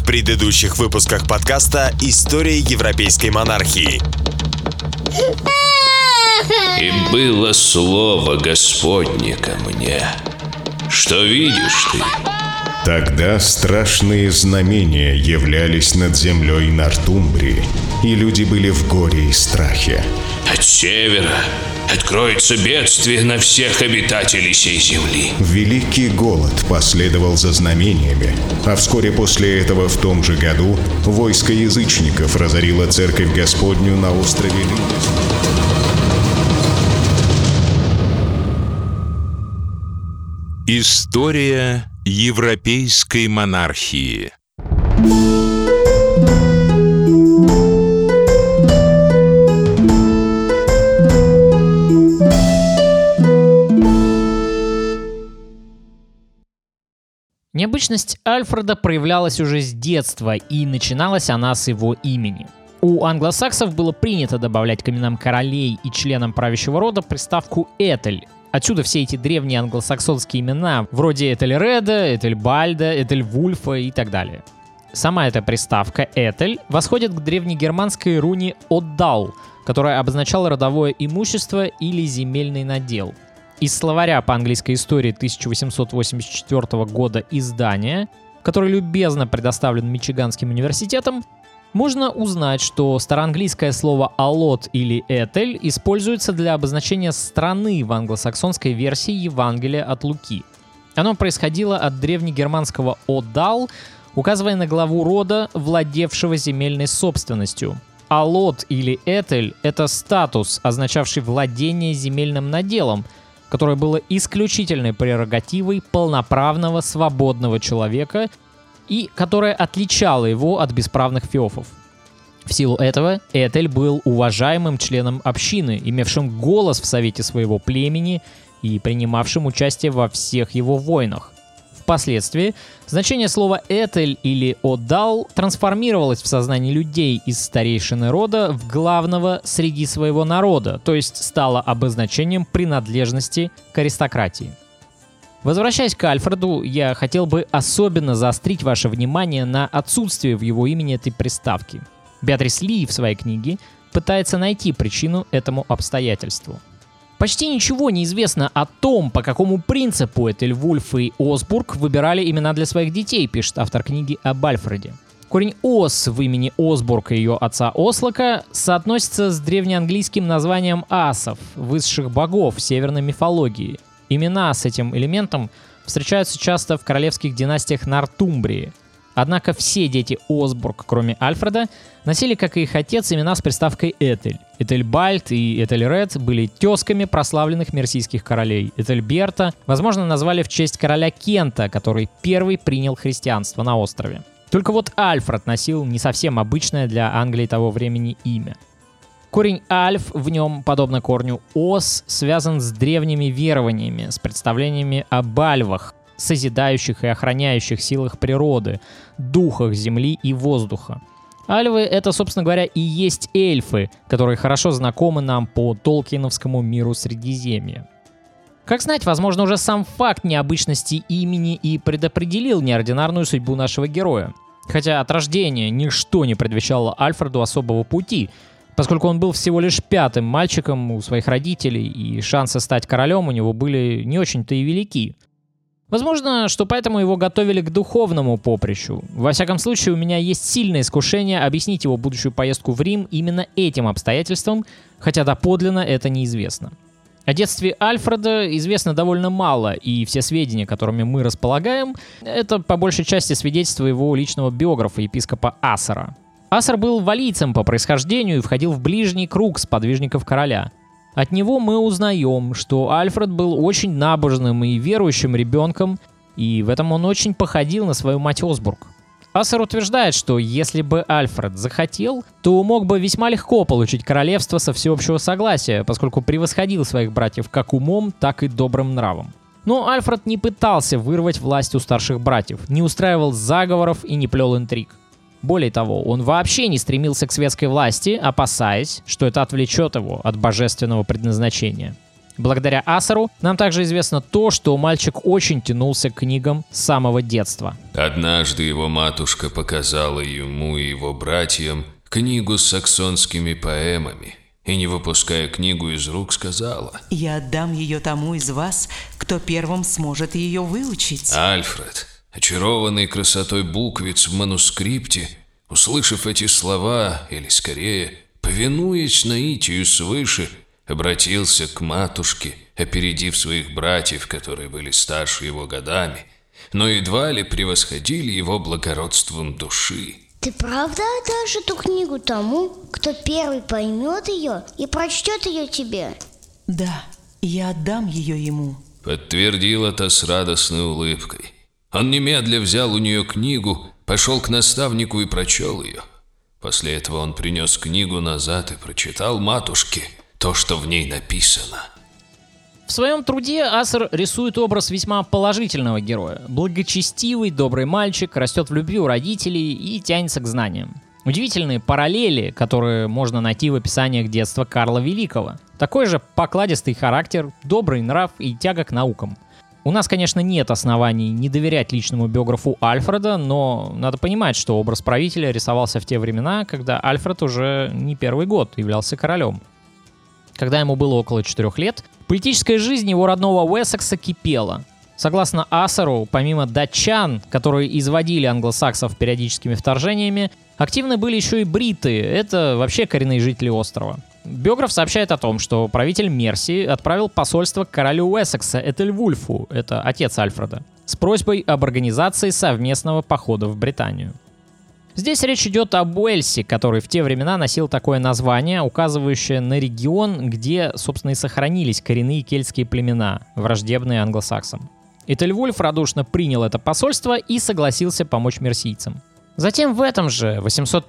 предыдущих выпусках подкаста «История европейской монархии». И было слово Господне ко мне. Что видишь ты? Тогда страшные знамения являлись над землей Нортумбрии, и люди были в горе и страхе. От севера откроется бедствие на всех обитателей сей земли. Великий голод последовал за знамениями, а вскоре после этого в том же году войско язычников разорило церковь Господню на острове Лидос. История европейской монархии. Необычность Альфреда проявлялась уже с детства, и начиналась она с его имени. У англосаксов было принято добавлять к именам королей и членам правящего рода приставку «Этель». Отсюда все эти древние англосаксонские имена, вроде Этельреда, Этельбальда, Этельвульфа и так далее. Сама эта приставка «Этель» восходит к древнегерманской руне «Оддал», которая обозначала родовое имущество или земельный надел. Из словаря по английской истории 1884 года издания, который любезно предоставлен Мичиганским университетом, можно узнать, что староанглийское слово «алот» или «этель» используется для обозначения страны в англосаксонской версии Евангелия от Луки. Оно происходило от древнегерманского «одал», указывая на главу рода, владевшего земельной собственностью. «Алот» или «этель» — это статус, означавший владение земельным наделом, которое было исключительной прерогативой полноправного свободного человека и которое отличало его от бесправных феофов. В силу этого Этель был уважаемым членом общины, имевшим голос в совете своего племени и принимавшим участие во всех его войнах. Впоследствии значение слова «этель» или «одал» трансформировалось в сознании людей из старейшины рода в главного среди своего народа, то есть стало обозначением принадлежности к аристократии. Возвращаясь к Альфреду, я хотел бы особенно заострить ваше внимание на отсутствие в его имени этой приставки. Беатрис Ли в своей книге пытается найти причину этому обстоятельству. Почти ничего не известно о том, по какому принципу Этельвульф и Осбург выбирали имена для своих детей, пишет автор книги об Альфреде. Корень «ос» в имени Осбург и ее отца Ослока соотносится с древнеанглийским названием асов, высших богов северной мифологии. Имена с этим элементом встречаются часто в королевских династиях Нортумбрии. Однако все дети Осбург, кроме Альфреда, носили, как и их отец, имена с приставкой «Этель». Этельбальд и Этельред были тезками прославленных мерсийских королей. Этельберта, возможно, назвали в честь короля Кента, который первый принял христианство на острове. Только вот Альфред носил не совсем обычное для Англии того времени имя. Корень «альф» в нем, подобно корню «ос», связан с древними верованиями, с представлениями об альвах, созидающих и охраняющих силах природы, духах земли и воздуха. Альвы — это, собственно говоря, и есть эльфы, которые хорошо знакомы нам по толкиеновскому миру Средиземья. Как знать, возможно, уже сам факт необычности имени и предопределил неординарную судьбу нашего героя. Хотя от рождения ничто не предвещало Альфреду особого пути, поскольку он был всего лишь пятым мальчиком у своих родителей, и шансы стать королем у него были не очень-то и велики. Возможно, что поэтому его готовили к духовному поприщу. Во всяком случае, у меня есть сильное искушение объяснить его будущую поездку в Рим именно этим обстоятельством, хотя доподлинно это неизвестно. О детстве Альфреда известно довольно мало, и все сведения, которыми мы располагаем, это по большей части свидетельство его личного биографа, епископа Асера. Асер был валлийцем по происхождению и входил в ближний круг сподвижников короля. От него мы узнаем, что Альфред был очень набожным и верующим ребенком, и в этом он очень походил на свою мать Осбург. Асер утверждает, что если бы Альфред захотел, то мог бы весьма легко получить королевство со всеобщего согласия, поскольку превосходил своих братьев как умом, так и добрым нравом. Но Альфред не пытался вырвать власть у старших братьев, не устраивал заговоров и не плел интриг. Более того, он вообще не стремился к светской власти, опасаясь, что это отвлечет его от божественного предназначения. Благодаря Асару нам также известно то, что мальчик очень тянулся к книгам с самого детства. Однажды его матушка показала ему и его братьям книгу с саксонскими поэмами и, не выпуская книгу из рук, сказала: «Я отдам ее тому из вас, кто первым сможет ее выучить». Альфред, очарованный красотой буквиц в манускрипте, услышав эти слова, или скорее, повинуясь наитию свыше, обратился к матушке, опередив своих братьев, которые были старше его годами, но едва ли превосходили его благородством души. Ты правда отдашь эту книгу тому, кто первый поймет ее и прочтет ее тебе? Да, я отдам ее ему. Подтвердил это с радостной улыбкой. Он немедля взял у нее книгу, пошел к наставнику и прочел ее. После этого он принес книгу назад и прочитал матушке то, что в ней написано. В своем труде Асар рисует образ весьма положительного героя. Благочестивый, добрый мальчик, растет в любви у родителей и тянется к знаниям. Удивительные параллели, которые можно найти в описаниях детства Карла Великого. Такой же покладистый характер, добрый нрав и тяга к наукам. У нас, конечно, нет оснований не доверять личному биографу Альфреда, но надо понимать, что образ правителя рисовался в те времена, когда Альфред уже не первый год являлся королем. Когда ему было около 4 лет, политическая жизнь его родного Уэссекса кипела. Согласно Асару, помимо датчан, которые изводили англосаксов периодическими вторжениями, активны были еще и бриты, это вообще коренные жители острова. Биограф сообщает о том, что правитель Мерсии отправил посольство к королю Уэссекса Этельвульфу, это отец Альфреда, с просьбой об организации совместного похода в Британию. Здесь речь идет об Уэльсе, который в те времена носил такое название, указывающее на регион, где, собственно, и сохранились коренные кельтские племена, враждебные англосаксам. Этельвульф радушно принял это посольство и согласился помочь мерсийцам. Затем в этом же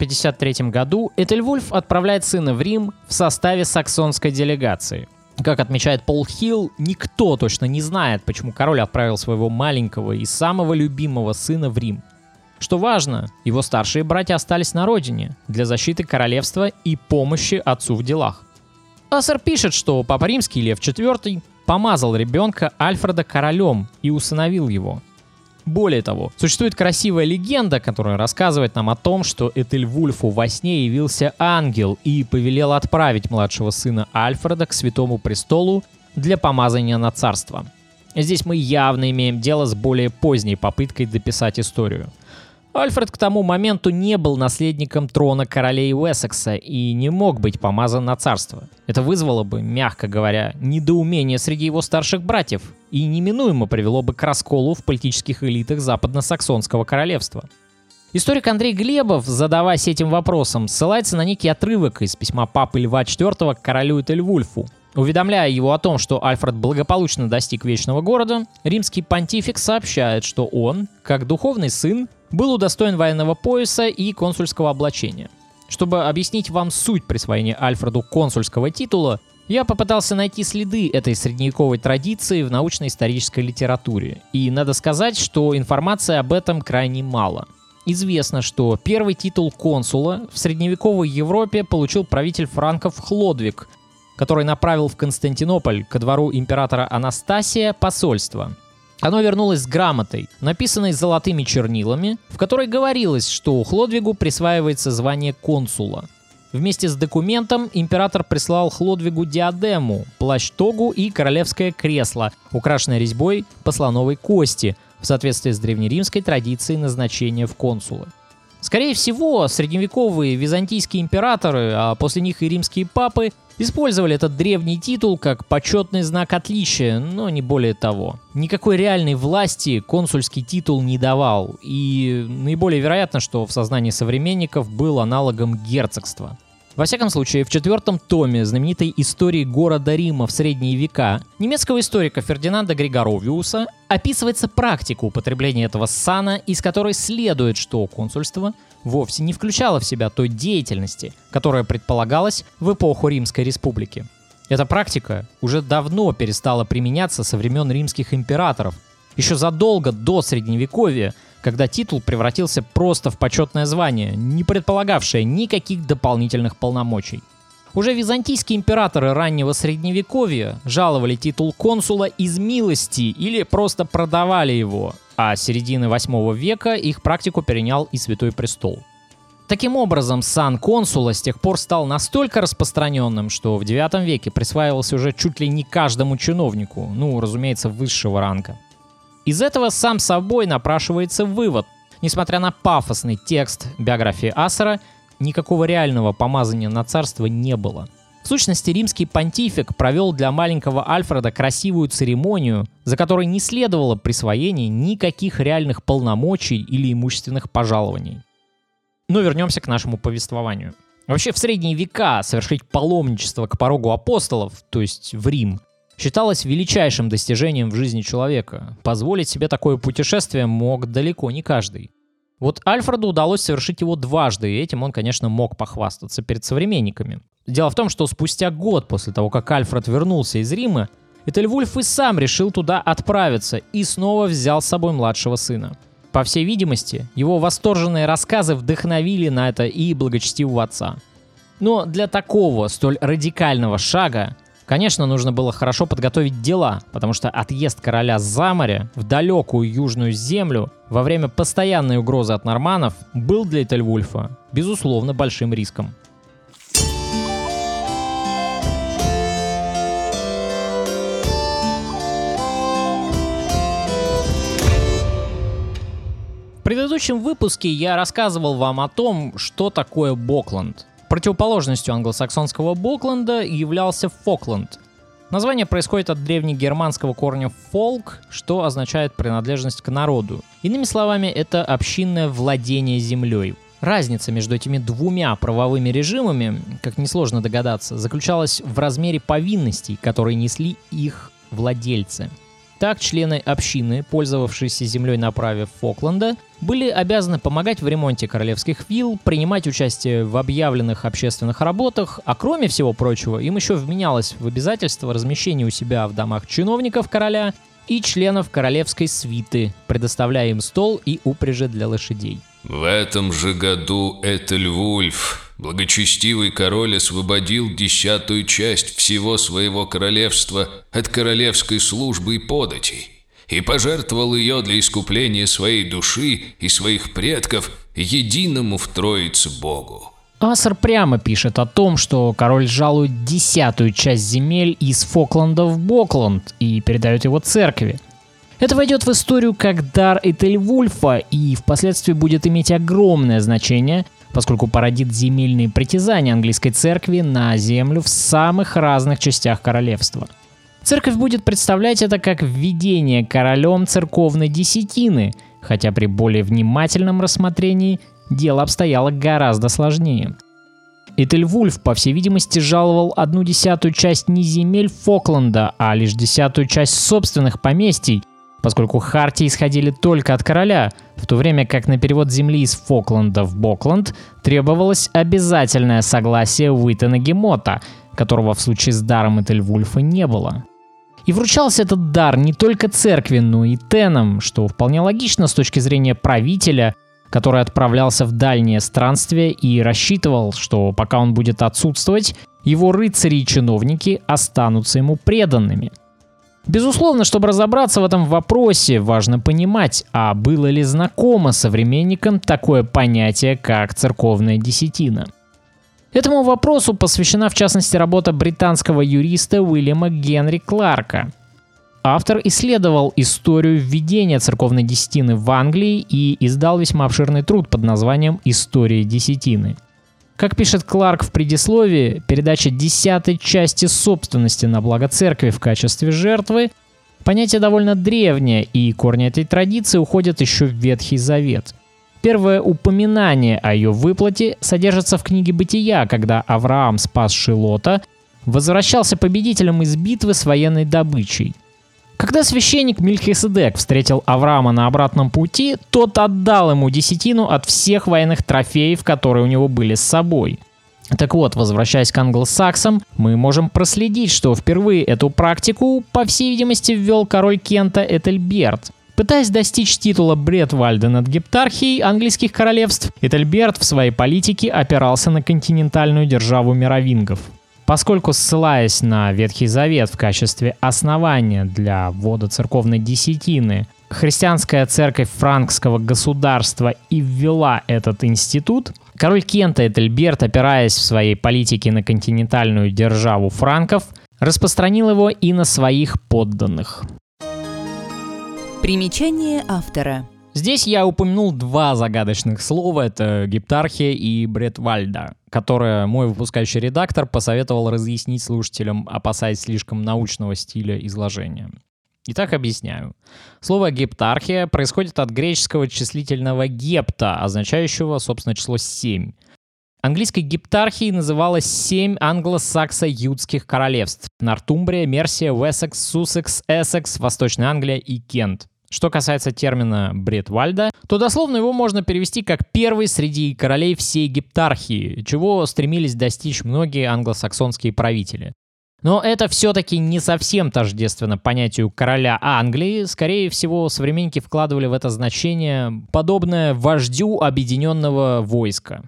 853 году Этельвульф отправляет сына в Рим в составе саксонской делегации. Как отмечает Пол Хилл, никто точно не знает, почему король отправил своего маленького и самого любимого сына в Рим. Что важно, его старшие братья остались на родине для защиты королевства и помощи отцу в делах. Асар пишет, что папа римский Лев IV помазал ребенка Альфреда королем и усыновил его. Более того, существует красивая легенда, которая рассказывает нам о том, что Этельвульфу во сне явился ангел и повелел отправить младшего сына Альфреда к Святому Престолу для помазания на царство. Здесь мы явно имеем дело с более поздней попыткой дописать историю. Альфред к тому моменту не был наследником трона королей Уэссекса и не мог быть помазан на царство. Это вызвало бы, мягко говоря, недоумение среди его старших братьев и неминуемо привело бы к расколу в политических элитах западно-саксонского королевства. Историк Андрей Глебов, задаваясь этим вопросом, ссылается на некий отрывок из письма папы Льва IV к королю Этельвульфу. Уведомляя его о том, что Альфред благополучно достиг Вечного Города, римский понтифик сообщает, что он, как духовный сын, был удостоен военного пояса и консульского облачения. Чтобы объяснить вам суть присвоения Альфреду консульского титула, я попытался найти следы этой средневековой традиции в научно-исторической литературе. И надо сказать, что информации об этом крайне мало. Известно, что первый титул консула в средневековой Европе получил правитель франков Хлодвиг, который направил в Константинополь ко двору императора Анастасия посольство. Оно вернулось с грамотой, написанной золотыми чернилами, в которой говорилось, что Хлодвигу присваивается звание консула. Вместе с документом император прислал Хлодвигу диадему, плащ-тогу и королевское кресло, украшенное резьбой по слоновой кости, в соответствии с древнеримской традицией назначения в консулы. Скорее всего, средневековые византийские императоры, а после них и римские папы, использовали этот древний титул как почетный знак отличия, но не более того. Никакой реальной власти консульский титул не давал, и наиболее вероятно, что в сознании современников был аналогом герцогства. Во всяком случае, в 4-м томе знаменитой истории города Рима в средние века немецкого историка Фердинанда Григоровиуса описывается практика употребления этого сана, из которой следует, что консульство вовсе не включало в себя той деятельности, которая предполагалась в эпоху Римской Республики. Эта практика уже давно перестала применяться со времен римских императоров, еще задолго до Средневековья, когда титул превратился просто в почетное звание, не предполагавшее никаких дополнительных полномочий. Уже византийские императоры раннего средневековья жаловали титул консула из милости или просто продавали его, а с середины 8 века их практику перенял и Святой Престол. Таким образом, сан консула с тех пор стал настолько распространенным, что в IX веке присваивался уже чуть ли не каждому чиновнику, разумеется, высшего ранга. Из этого сам собой напрашивается вывод. Несмотря на пафосный текст биографии Ассера, никакого реального помазания на царство не было. В сущности, римский понтифик провел для маленького Альфреда красивую церемонию, за которой не следовало присвоение никаких реальных полномочий или имущественных пожалований. Но вернемся к нашему повествованию. Вообще, в средние века совершить паломничество к порогу апостолов, то есть в Рим, считалось величайшим достижением в жизни человека. Позволить себе такое путешествие мог далеко не каждый. Вот Альфреду удалось совершить его дважды, и этим он, конечно, мог похвастаться перед современниками. Дело в том, что спустя год после того, как Альфред вернулся из Рима, Этельвульф и сам решил туда отправиться и снова взял с собой младшего сына. По всей видимости, его восторженные рассказы вдохновили на это и благочестивого отца. Но для такого столь радикального шага, конечно, нужно было хорошо подготовить дела, потому что отъезд короля за море в далекую южную землю во время постоянной угрозы от норманнов был для Этельвульфа, безусловно, большим риском. В предыдущем выпуске я рассказывал вам о том, что такое Бокланд. Противоположностью англосаксонского Бокленда являлся Фокланд. Название происходит от древнегерманского корня «фолк», что означает принадлежность к народу. Иными словами, это общинное владение землей. Разница между этими двумя правовыми режимами, как несложно догадаться, заключалась в размере повинностей, которые несли их владельцы. Так, члены общины, пользовавшиеся землей на праве Фокленда, были обязаны помогать в ремонте королевских вилл, принимать участие в объявленных общественных работах, а кроме всего прочего, им еще вменялось в обязательство размещения у себя в домах чиновников короля и членов королевской свиты, предоставляя им стол и упряжи для лошадей. В этом же году Этельвульф, благочестивый король, освободил 10-ю часть всего своего королевства от королевской службы и податей и пожертвовал ее для искупления своей души и своих предков единому в Троице Богу. Ассер прямо пишет о том, что король жалует 10-ю часть земель из Фокленда в Бокланд и передает его церкви. Это войдет в историю как дар Этельвульфа и впоследствии будет иметь огромное значение, поскольку породит земельные притязания английской церкви на землю в самых разных частях королевства. Церковь будет представлять это как введение королем церковной десятины, хотя при более внимательном рассмотрении дело обстояло гораздо сложнее. Этельвульф, по всей видимости, жаловал 1/10 часть не земель Фокленда, а лишь 10-ю часть собственных поместий, поскольку хартии исходили только от короля, в то время как на перевод земли из Фокленда в Бокланд требовалось обязательное согласие Уиттена-Гемота, которого в случае с даром Этельвульфа не было. И вручался этот дар не только церкви, но и тенам, что вполне логично с точки зрения правителя, который отправлялся в дальнее странствие и рассчитывал, что пока он будет отсутствовать, его рыцари и чиновники останутся ему преданными. Безусловно, чтобы разобраться в этом вопросе, важно понимать, а было ли знакомо современникам такое понятие, как церковная десятина. Этому вопросу посвящена в частности работа британского юриста Уильяма Генри Кларка. Автор исследовал историю введения церковной десятины в Англии и издал весьма обширный труд под названием «История десятины». Как пишет Кларк в предисловии, передача 10-й части собственности на благо церкви в качестве жертвы – понятие довольно древнее, и корни этой традиции уходят еще в Ветхий Завет. Первое упоминание о ее выплате содержится в книге «Бытия», когда Авраам, спасший Лота, возвращался победителем из битвы с военной добычей. Когда священник Мельхиседек встретил Авраама на обратном пути, тот отдал ему десятину от всех военных трофеев, которые у него были с собой. Так вот, возвращаясь к англосаксам, мы можем проследить, что впервые эту практику, по всей видимости, ввел король Кента Этельберт. Пытаясь достичь титула Бретвальда над гептархией английских королевств, Этельберт в своей политике опирался на континентальную державу меровингов. Поскольку, ссылаясь на Ветхий Завет в качестве основания для ввода церковной десятины, христианская церковь франкского государства и ввела этот институт, король Кента Этельберт, опираясь в своей политике на континентальную державу франков, распространил его и на своих подданных. Примечание автора. Здесь я упомянул два загадочных слова, это гептархия и бретвальда, которые мой выпускающий редактор посоветовал разъяснить слушателям, опасаясь слишком научного стиля изложения. Итак, объясняю. Слово гептархия происходит от греческого числительного гепта, означающего, собственно, число 7. Английской гептархией называлось 7 англосаксо-ютских королевств: Нортумбрия, Мерсия, Уэссекс, Суссекс, Эссекс, Восточная Англия и Кент. Что касается термина Бретвальда, то дословно его можно перевести как «первый среди королей всей гептархии», чего стремились достичь многие англосаксонские правители. Но это все-таки не совсем тождественно понятию короля Англии. Скорее всего, современники вкладывали в это значение подобное вождю объединенного войска.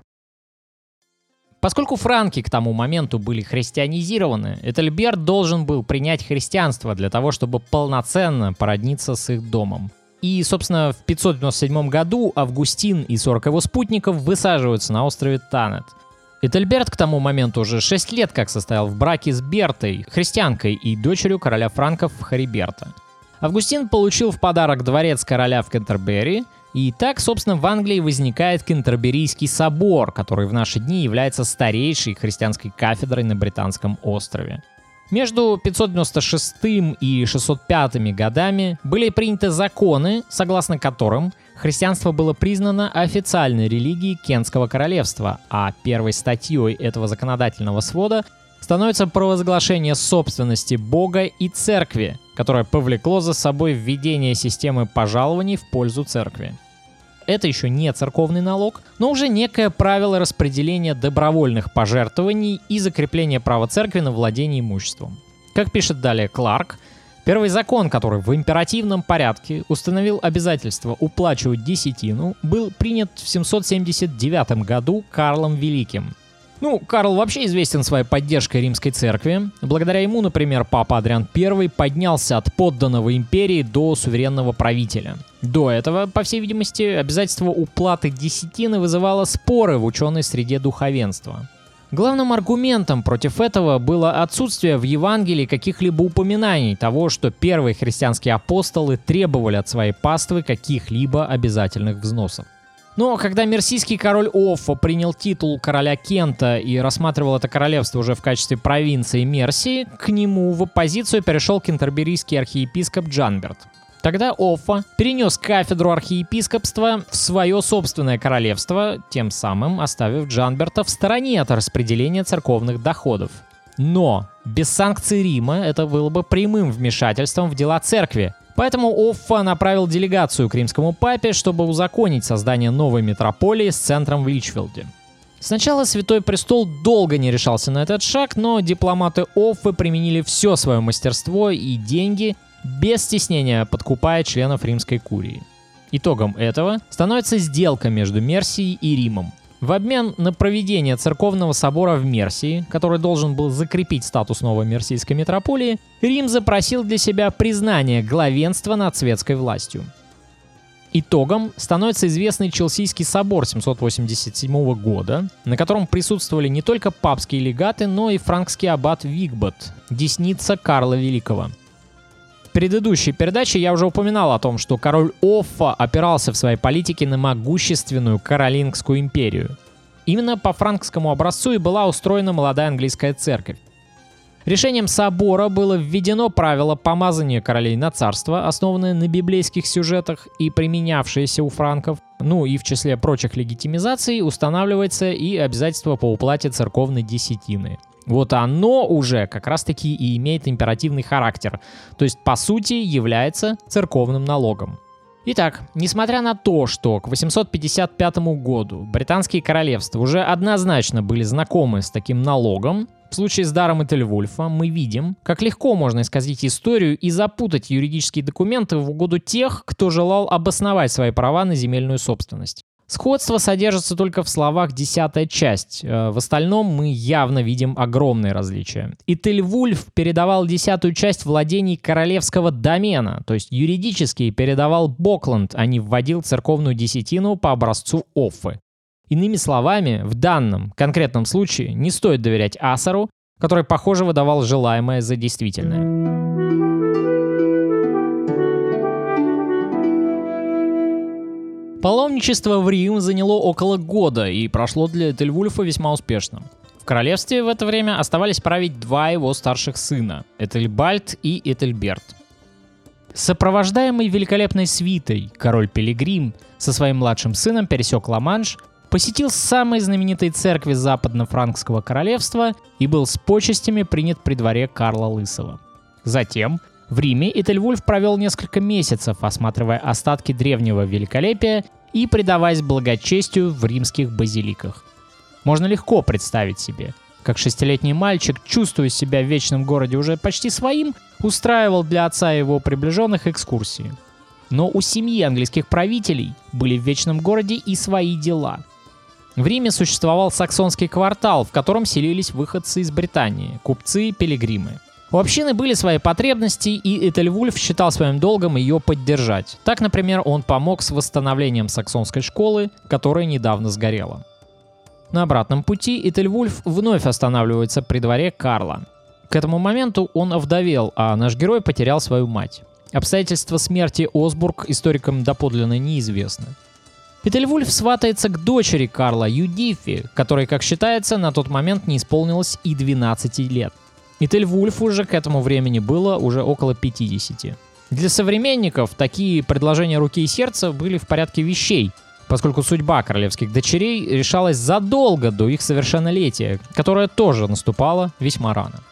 Поскольку франки к тому моменту были христианизированы, Этельберт должен был принять христианство для того, чтобы полноценно породниться с их домом. И, собственно, в 597 году Августин и 40 его спутников высаживаются на острове Танет. Этельберт к тому моменту уже 6 лет как состоял в браке с Бертой, христианкой и дочерью короля франков Хариберта. Августин получил в подарок дворец короля в Кентербери, и так, собственно, в Англии возникает Кентерберийский собор, который в наши дни является старейшей христианской кафедрой на Британском острове. Между 596 и 605 годами были приняты законы, согласно которым христианство было признано официальной религией Кентского королевства, а первой статьей этого законодательного свода становится провозглашение собственности Бога и церкви, которое повлекло за собой введение системы пожалований в пользу церкви. Это еще не церковный налог, но уже некое правило распределения добровольных пожертвований и закрепления права церкви на владение имуществом. Как пишет далее Кларк, первый закон, который в императивном порядке установил обязательство уплачивать десятину, был принят в 779 году Карлом Великим. Карл вообще известен своей поддержкой римской церкви. Благодаря ему, например, папа Адриан I поднялся от подданного империи до суверенного правителя. До этого, по всей видимости, обязательство уплаты десятины вызывало споры в ученой среде духовенства. Главным аргументом против этого было отсутствие в Евангелии каких-либо упоминаний того, что первые христианские апостолы требовали от своей паствы каких-либо обязательных взносов. Но когда мерсийский король Оффа принял титул короля Кента и рассматривал это королевство уже в качестве провинции Мерсии, к нему в оппозицию перешел кентерберийский архиепископ Джанберт. Тогда Оффа перенес кафедру архиепископства в свое собственное королевство, тем самым оставив Джанберта в стороне от распределения церковных доходов. Но без санкций Рима это было бы прямым вмешательством в дела церкви. Поэтому Оффа направил делегацию к римскому папе, чтобы узаконить создание новой митрополии с центром в Личфилде. Сначала Святой Престол долго не решался на этот шаг, но дипломаты Оффы применили все свое мастерство и деньги, без стеснения подкупая членов римской курии. Итогом этого становится сделка между Мерсией и Римом. В обмен на проведение церковного собора в Мерсии, который должен был закрепить статус новой мерсийской митрополии, Рим запросил для себя признание главенства над светской властью. Итогом становится известный Челсийский собор 787 года, на котором присутствовали не только папские легаты, но и франкский аббат Вигбот, десница Карла Великого. В предыдущей передаче я уже упоминал о том, что король Оффа опирался в своей политике на могущественную Каролингскую империю. Именно по франкскому образцу и была устроена молодая английская церковь. Решением собора было введено правило помазания королей на царство, основанное на библейских сюжетах и применявшееся у франков. И в числе прочих легитимизаций устанавливается и обязательство по уплате церковной десятины. Вот оно уже как раз-таки и имеет императивный характер, то есть по сути является церковным налогом. Итак, несмотря на то, что к 855 году британские королевства уже однозначно были знакомы с таким налогом, в случае с даром Этельвульфа мы видим, как легко можно исказить историю и запутать юридические документы в угоду тех, кто желал обосновать свои права на земельную собственность. Сходство содержится только в словах 10-я часть. В остальном мы явно видим огромные различия. Этельвульф передавал 10-ю часть владений королевского домена, то есть юридически передавал Бокланд, а не вводил церковную десятину по образцу Оффы. Иными словами, в данном конкретном случае не стоит доверять Асару, который, похоже, выдавал желаемое за действительное. Паломничество в Рим заняло около года и прошло для Этельвульфа весьма успешно. В королевстве в это время оставались править два его старших сына – Этельбальд и Этельберт. Сопровождаемый великолепной свитой, король Пилигрим со своим младшим сыном пересек Ла-Манш, посетил самые знаменитые церкви Западно-Франкского королевства и был с почестями принят при дворе Карла Лысого. Затем в Риме Этельвульф провел несколько месяцев, осматривая остатки древнего великолепия и предаваясь благочестию в римских базиликах. Можно легко представить себе, как 6-летний мальчик, чувствуя себя в вечном городе уже почти своим, устраивал для отца и его приближенных экскурсии. Но у семьи английских правителей были в вечном городе и свои дела. В Риме существовал саксонский квартал, в котором селились выходцы из Британии, купцы и пилигримы. У общины были свои потребности, и Этельвульф считал своим долгом ее поддержать. Так, например, он помог с восстановлением саксонской школы, которая недавно сгорела. На обратном пути Этельвульф вновь останавливается при дворе Карла. К этому моменту он овдовел, а наш герой потерял свою мать. Обстоятельства смерти Осбург историкам доподлинно неизвестны. Этельвульф сватается к дочери Карла, Юдифи, которой, как считается, на тот момент не исполнилось и 12 лет. Этельвульфу же к этому времени было уже около 50. Для современников такие предложения руки и сердца были в порядке вещей, поскольку судьба королевских дочерей решалась задолго до их совершеннолетия, которое тоже наступало весьма рано.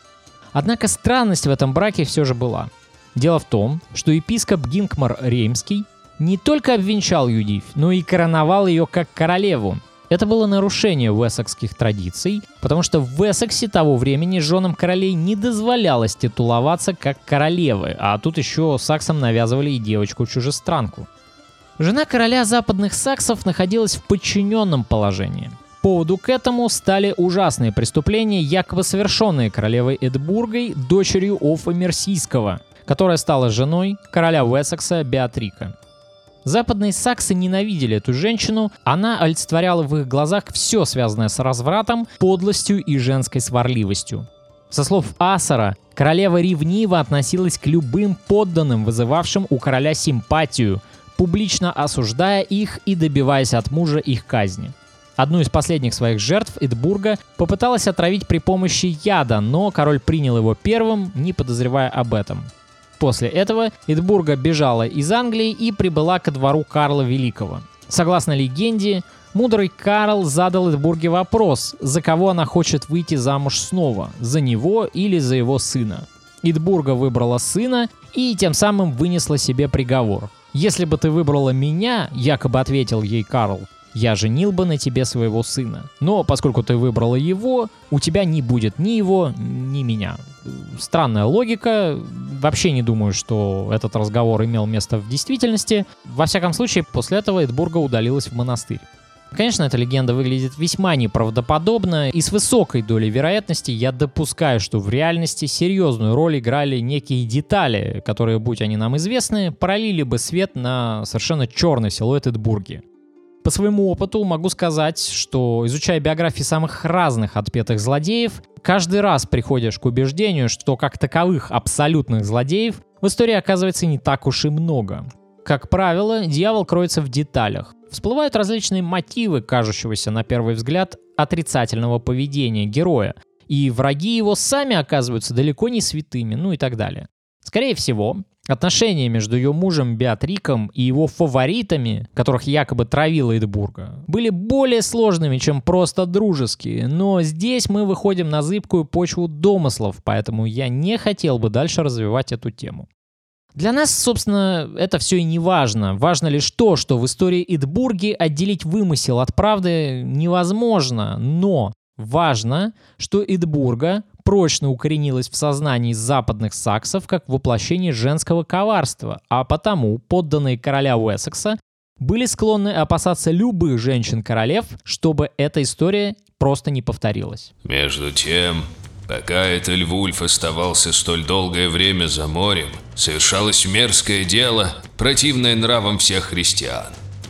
Однако странность в этом браке все же была. Дело в том, что епископ Гинкмар Реймский не только обвенчал Юдифь, но и короновал ее как королеву. Это было нарушение уэссекских традиций, потому что в Уэссексе того времени женам королей не дозволялось титуловаться как королевы, а тут еще саксам навязывали и девочку-чужестранку. Жена короля западных саксов находилась в подчиненном положении. Поводу к этому стали ужасные преступления, якобы совершенные королевой Эдбургой, дочерью Оффа Мерсийского, которая стала женой короля Уэссекса Беатрика. Западные саксы ненавидели эту женщину, она олицетворяла в их глазах все связанное с развратом, подлостью и женской сварливостью. Со слов Асара, королева ревниво относилась к любым подданным, вызывавшим у короля симпатию, публично осуждая их и добиваясь от мужа их казни. Одну из последних своих жертв, Эдбурга, попыталась отравить при помощи яда, но король принял его первым, не подозревая об этом. После этого Эдбурга бежала из Англии и прибыла ко двору Карла Великого. Согласно легенде, мудрый Карл задал Эдбурге вопрос, за кого она хочет выйти замуж снова, за него или за его сына. Эдбурга выбрала сына и тем самым вынесла себе приговор. «Если бы ты выбрала меня, — якобы ответил ей Карл, — я женил бы на тебе своего сына. Но поскольку ты выбрала его, у тебя не будет ни его, ни меня». Странная логика. Вообще не думаю, что этот разговор имел место в действительности. Во всяком случае, после этого Эдбурга удалилась в монастырь. Конечно, эта легенда выглядит весьма неправдоподобно, и с высокой долей вероятности я допускаю, что в реальности серьезную роль играли некие детали, которые, будь они нам известны, пролили бы свет на совершенно черный силуэт Эдбурги. По своему опыту могу сказать, что, изучая биографии самых разных отпетых злодеев, каждый раз приходишь к убеждению, что как таковых абсолютных злодеев в истории оказывается не так уж и много. Как правило, дьявол кроется в деталях. Всплывают различные мотивы кажущегося на первый взгляд отрицательного поведения героя, и враги его сами оказываются далеко не святыми, ну и так далее. Скорее всего, отношения между ее мужем Беатриком и его фаворитами, которых якобы травила Эдбурга, были более сложными, чем просто дружеские, но здесь мы выходим на зыбкую почву домыслов, поэтому я не хотел бы дальше развивать эту тему. Для нас, собственно, это все и не важно. Важно лишь то, что в истории Эдбурги отделить вымысел от правды невозможно, но важно, что Эдбурга прочно укоренилась в сознании западных саксов как воплощение женского коварства, а потому подданные короля Уэссекса были склонны опасаться любых женщин-королев, чтобы эта история просто не повторилась. Между тем, пока Этельвульф оставался столь долгое время за морем, совершалось мерзкое дело, противное нравам всех христиан.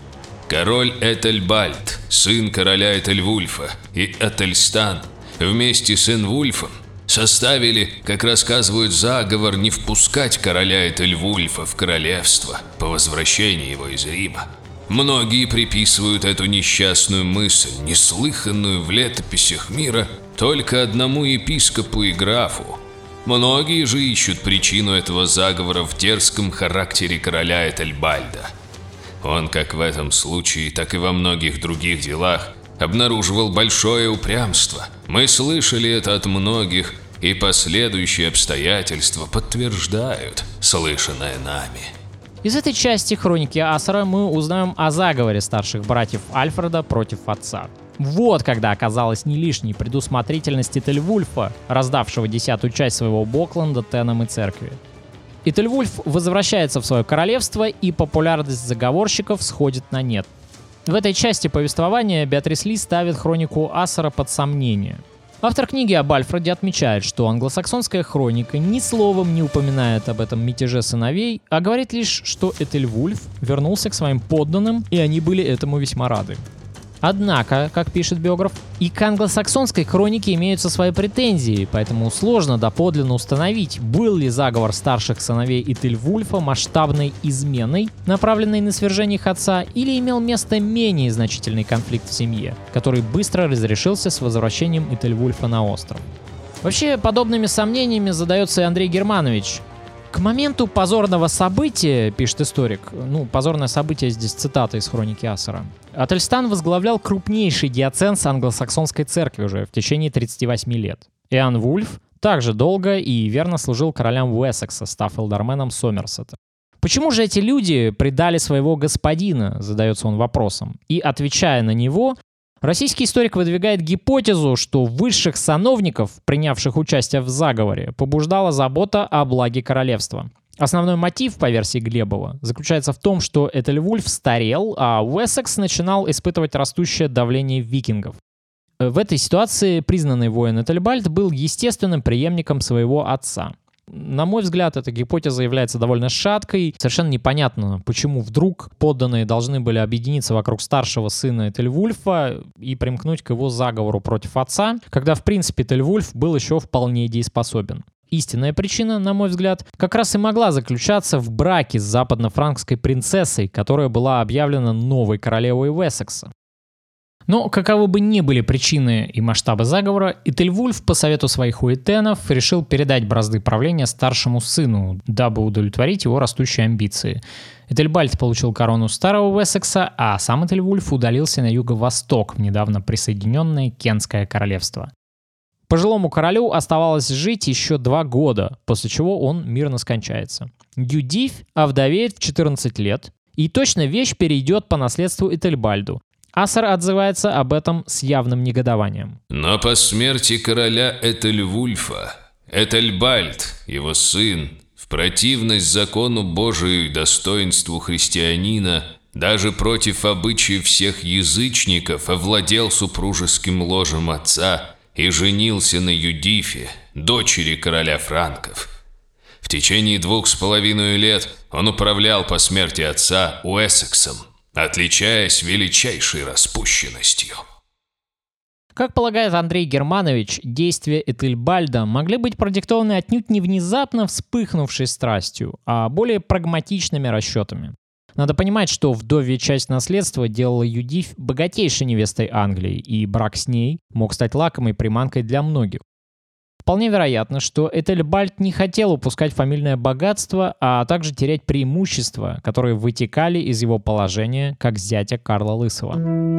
Король Этельбальд, сын короля Этельвульфа, и Этельстан вместе с Энвульфом составили, как рассказывают, заговор не впускать короля Этельвульфа в королевство по возвращении его из Рима. Многие приписывают эту несчастную мысль, неслыханную в летописях мира, только одному епископу и графу. Многие же ищут причину этого заговора в дерзком характере короля Этельбальда. Он, как в этом случае, так и во многих других делах, обнаруживал большое упрямство. Мы слышали это от многих, и последующие обстоятельства подтверждают слышанное нами. Из этой части хроники Асара мы узнаем о заговоре старших братьев Альфреда против отца. Вот когда оказалась не лишней предусмотрительность Этельвульфа, раздавшего 10-ю часть своего Бокленда Тенам и церкви. Этельвульф возвращается в свое королевство, и популярность заговорщиков сходит на нет. В этой части повествования Беатрис Ли ставит хронику Асара под сомнение. Автор книги об Альфреде отмечает, что англосаксонская хроника ни словом не упоминает об этом мятеже сыновей, а говорит лишь, что Этельвульф вернулся к своим подданным, и они были этому весьма рады. Однако, как пишет биограф, и к англосаксонской хронике имеются свои претензии, поэтому сложно доподлинно установить, был ли заговор старших сыновей Этельвульфа масштабной изменой, направленной на свержение их отца, или имел место менее значительный конфликт в семье, который быстро разрешился с возвращением Этельвульфа на остров. Вообще, подобными сомнениями задается и Андрей Германович. К моменту позорного события, пишет историк, позорное событие здесь цитата из хроники Асара, Ательстан возглавлял крупнейший диоцез англосаксонской церкви уже в течение 38 лет. Иоанн Вульф также долго и верно служил королям Уэссекса, став элдерменом Сомерсета. Почему же эти люди предали своего господина, задается он вопросом. И отвечая на него, российский историк выдвигает гипотезу, что высших сановников, принявших участие в заговоре, побуждала забота о благе королевства. Основной мотив, по версии Глебова, заключается в том, что Этельвульф старел, а Уэссекс начинал испытывать растущее давление викингов. В этой ситуации признанный воин Этельбальд был естественным преемником своего отца. На мой взгляд, эта гипотеза является довольно шаткой. Совершенно непонятно, почему вдруг подданные должны были объединиться вокруг старшего сына Этельвульфа и примкнуть к его заговору против отца, когда, в принципе, Этельвульф был еще вполне дееспособен. Истинная причина, на мой взгляд, как раз и могла заключаться в браке с западно-франкской принцессой, которая была объявлена новой королевой Уэссекса. Но, каковы бы ни были причины и масштабы заговора, Этельвульф по совету своих уитенов решил передать бразды правления старшему сыну, дабы удовлетворить его растущие амбиции. Этельбальд получил корону старого Уэссекса, а сам Этельвульф удалился на юго-восток в недавно присоединенное Кентское королевство. Пожилому королю оставалось жить еще 2 года, после чего он мирно скончается. Юдифь овдовеет в 14 лет, и точно вещь перейдет по наследству Этельбальду. Асар отзывается об этом с явным негодованием. Но по смерти короля Этельвульфа, Этельбальд, его сын, в противность закону Божию и достоинству христианина, даже против обычаев всех язычников, овладел супружеским ложем отца и женился на Юдифе, дочери короля франков. В течение 2,5 лет он управлял по смерти отца Уэссексом, отличаясь величайшей распущенностью. Как полагает Андрей Германович, действия Этельбальда могли быть продиктованы отнюдь не внезапно вспыхнувшей страстью, а более прагматичными расчетами. Надо понимать, что вдовья часть наследства делала Юдифь богатейшей невестой Англии, и брак с ней мог стать лакомой приманкой для многих. Вполне вероятно, что Этельбальд не хотел упускать фамильное богатство, а также терять преимущества, которые вытекали из его положения как зятя Карла Лысого.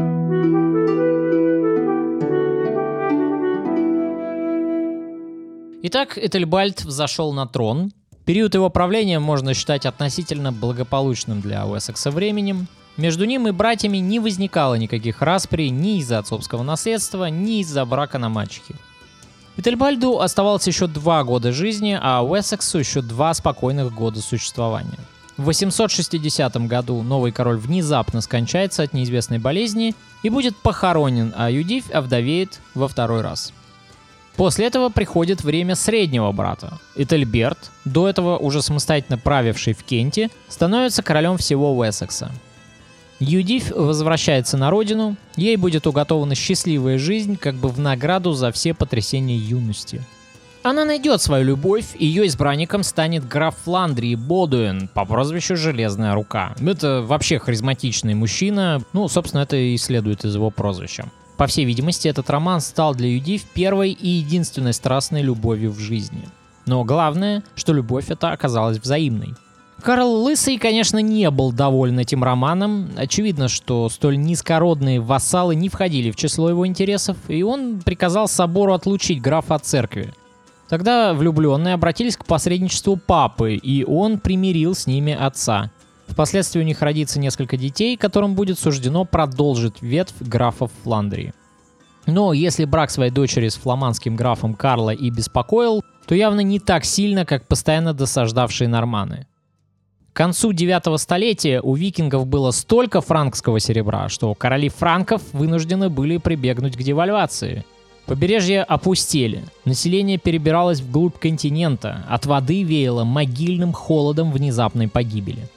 Итак, Этельбальд взошел на трон. Период его правления можно считать относительно благополучным для Уэссекса временем. Между ним и братьями не возникало никаких расприй ни из-за отцовского наследства, ни из-за брака на мачехе. Этельбальду оставалось еще 2 года жизни, а Уэссексу еще 2 спокойных года существования. В 860 году новый король внезапно скончается от неизвестной болезни и будет похоронен, а Юдифь овдовеет во второй раз. После этого приходит время среднего брата. Этельберт, до этого уже самостоятельно правивший в Кенте, становится королем всего Уэссекса. Юдифь возвращается на родину, ей будет уготована счастливая жизнь, как бы в награду за все потрясения юности. Она найдет свою любовь, и ее избранником станет граф Фландрии Бодуэн по прозвищу Железная Рука. Это вообще харизматичный мужчина, собственно, это и следует из его прозвища. По всей видимости, этот роман стал для Юдифь первой и единственной страстной любовью в жизни. Но главное, что любовь эта оказалась взаимной. Карл Лысый, конечно, не был доволен этим романом. Очевидно, что столь низкородные вассалы не входили в число его интересов, и он приказал собору отлучить графа от церкви. Тогда влюбленные обратились к посредничеству папы, и он примирил с ними отца. Впоследствии у них родится несколько детей, которым будет суждено продолжить ветвь графов Фландрии. Но если брак своей дочери с фламандским графом Карла и беспокоил, то явно не так сильно, как постоянно досаждавшие норманы. К концу 9 столетия у викингов было столько франкского серебра, что короли франков вынуждены были прибегнуть к девальвации. Побережья опустели, население перебиралось вглубь континента, от воды веяло могильным холодом внезапной погибели.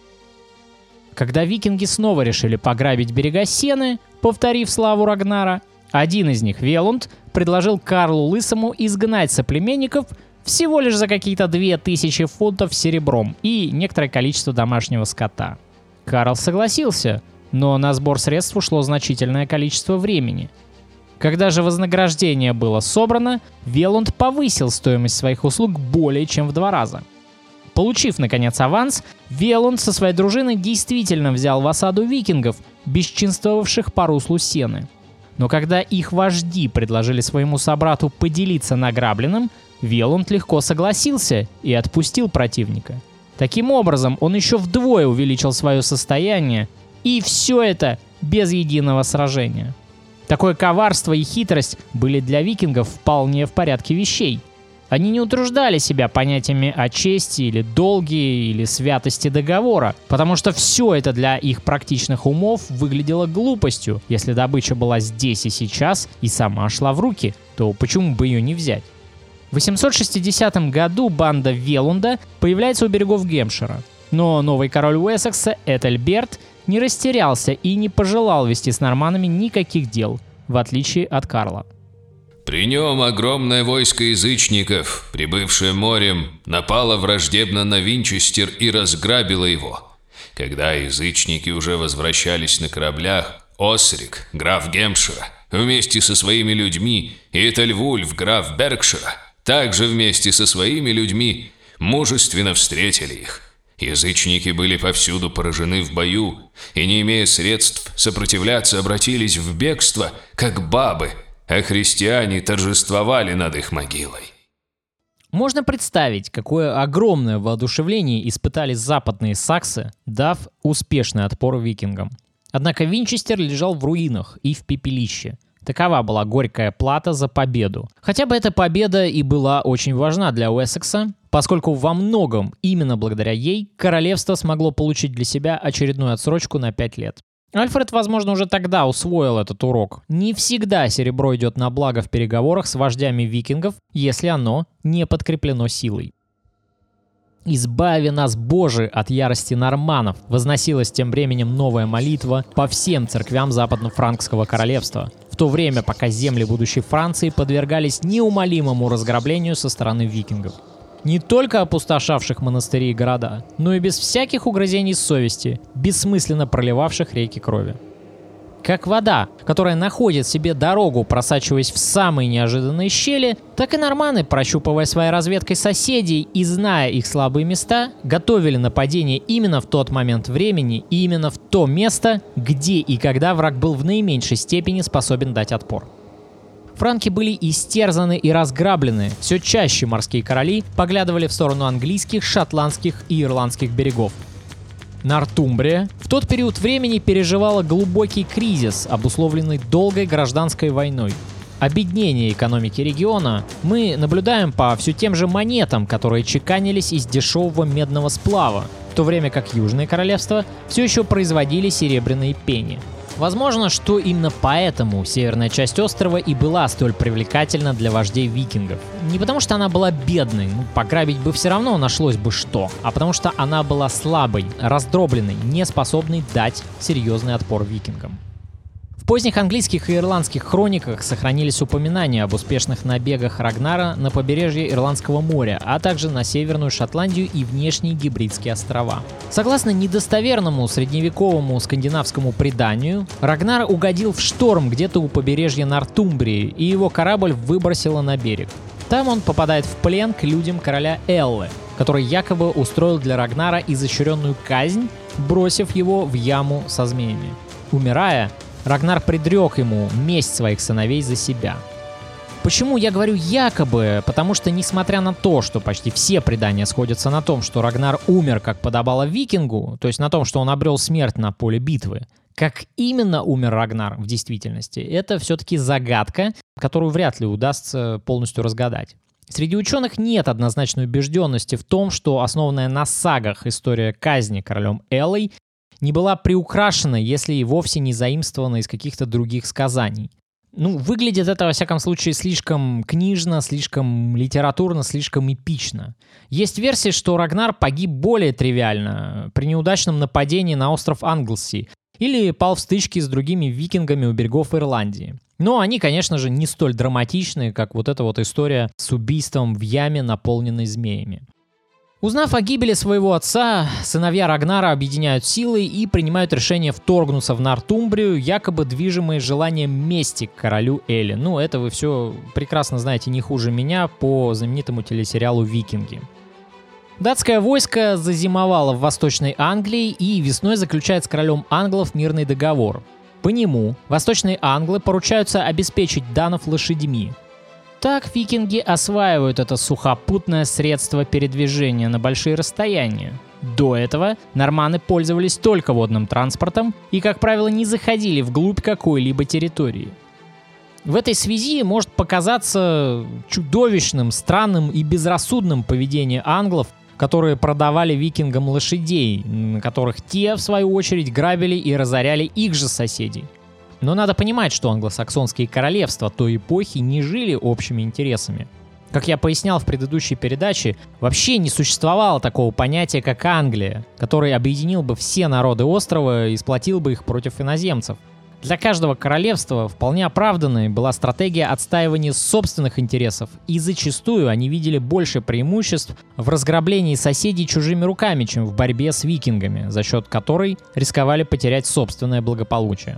Когда викинги снова решили пограбить берега Сены, повторив славу Рагнара, один из них, Велунд, предложил Карлу Лысому изгнать соплеменников всего лишь за какие-то 2000 фунтов серебром и некоторое количество домашнего скота. Карл согласился, но на сбор средств ушло значительное количество времени. Когда же вознаграждение было собрано, Велунд повысил стоимость своих услуг более чем в 2 раза. Получив, наконец, аванс, Велунд со своей дружиной действительно взял в осаду викингов, бесчинствовавших по руслу Сены. Но когда их вожди предложили своему собрату поделиться награбленным, Велунд легко согласился и отпустил противника. Таким образом, он еще вдвое увеличил свое состояние, и все это без единого сражения. Такое коварство и хитрость были для викингов вполне в порядке вещей. Они не утруждали себя понятиями о чести или долге или святости договора, потому что все это для их практичных умов выглядело глупостью. Если добыча была здесь и сейчас и сама шла в руки, то почему бы ее не взять? В 860 году банда Велунда появляется у берегов Гемпшира. Но новый король Уэссекса, Этельберт, не растерялся и не пожелал вести с норманами никаких дел, в отличие от Карла. При нем огромное войско язычников, прибывшее морем, напало враждебно на Винчестер и разграбило его. Когда язычники уже возвращались на кораблях, Осрик, граф Гемпшира, вместе со своими людьми, и Этельвульф, граф Беркшира, также вместе со своими людьми, мужественно встретили их. Язычники были повсюду поражены в бою, и, не имея средств сопротивляться, обратились в бегство, как бабы, а христиане торжествовали над их могилой. Можно представить, какое огромное воодушевление испытали западные саксы, дав успешный отпор викингам. Однако Винчестер лежал в руинах и в пепелище. Такова была горькая плата за победу. Хотя бы эта победа и была очень важна для Уэссекса, поскольку во многом именно благодаря ей королевство смогло получить для себя очередную отсрочку на 5 лет. Альфред, возможно, уже тогда усвоил этот урок. Не всегда серебро идет на благо в переговорах с вождями викингов, если оно не подкреплено силой. «Избави нас, Боже, от ярости норманов!» возносилась тем временем новая молитва по всем церквям Западно-Франкского королевства, в то время, пока земли будущей Франции подвергались неумолимому разграблению со стороны викингов. Не только опустошавших монастыри и города, но и без всяких угрызений совести, бессмысленно проливавших реки крови. Как вода, которая находит себе дорогу, просачиваясь в самые неожиданные щели, так и норманы, прощупывая своей разведкой соседей и зная их слабые места, готовили нападение именно в тот момент времени и именно в то место, где и когда враг был в наименьшей степени способен дать отпор. Франки были истерзаны и разграблены, все чаще морские короли поглядывали в сторону английских, шотландских и ирландских берегов. Нортумбрия в тот период времени переживала глубокий кризис, обусловленный долгой гражданской войной. Обеднение экономики региона мы наблюдаем по все тем же монетам, которые чеканились из дешевого медного сплава. в то время как Южные королевства все еще производили серебряные пени. Возможно, что именно поэтому северная часть острова и была столь привлекательна для вождей викингов. Не потому что она была бедной, пограбить бы все равно нашлось бы что, а потому что она была слабой, раздробленной, не способной дать серьезный отпор викингам. В поздних английских и ирландских хрониках сохранились упоминания об успешных набегах Рагнара на побережье Ирландского моря, а также на Северную Шотландию и внешние Гибридские острова. Согласно недостоверному средневековому скандинавскому преданию, Рагнар угодил в шторм где-то у побережья Нортумбрии, и его корабль выбросило на берег. Там он попадает в плен к людям короля Эллы, который якобы устроил для Рагнара изощренную казнь, бросив его в яму со змеями. Умирая, Рагнар предрек ему месть своих сыновей за себя. Почему я говорю якобы? Потому что, несмотря на то, что почти все предания сходятся на том, что Рагнар умер, как подобало викингу, то есть на том, что он обрел смерть на поле битвы, как именно умер Рагнар в действительности, это все-таки загадка, которую вряд ли удастся полностью разгадать. Среди ученых нет однозначной убежденности в том, что основанная на сагах история казни королем Эллой не была приукрашена, если и вовсе не заимствована из каких-то других сказаний. Выглядит это, во всяком случае, слишком книжно, слишком литературно, слишком эпично. Есть версия, что Рагнар погиб более тривиально, при неудачном нападении на остров Англси, или пал в стычке с другими викингами у берегов Ирландии. Но они, конечно же, не столь драматичны, как вот эта вот история с убийством в яме, наполненной змеями. Узнав о гибели своего отца, сыновья Рагнара объединяют силы и принимают решение вторгнуться в Нортумбрию, якобы движимые желанием мести к королю Элли. Это вы все прекрасно знаете не хуже меня по знаменитому телесериалу «Викинги». Датское войско зазимовало в Восточной Англии и весной заключает с королем англов мирный договор. По нему восточные англы поручаются обеспечить данов лошадьми. Так викинги осваивают это сухопутное средство передвижения на большие расстояния. До этого норманы пользовались только водным транспортом и, как правило, не заходили вглубь какой-либо территории. В этой связи может показаться чудовищным, странным и безрассудным поведение англов, которые продавали викингам лошадей, на которых те, в свою очередь, грабили и разоряли их же соседей. Но надо понимать, что англосаксонские королевства той эпохи не жили общими интересами. Как я пояснял в предыдущей передаче, вообще не существовало такого понятия, как Англия, который объединил бы все народы острова и сплотил бы их против иноземцев. Для каждого королевства вполне оправданной была стратегия отстаивания собственных интересов, и зачастую они видели больше преимуществ в разграблении соседей чужими руками, чем в борьбе с викингами, за счет которой рисковали потерять собственное благополучие.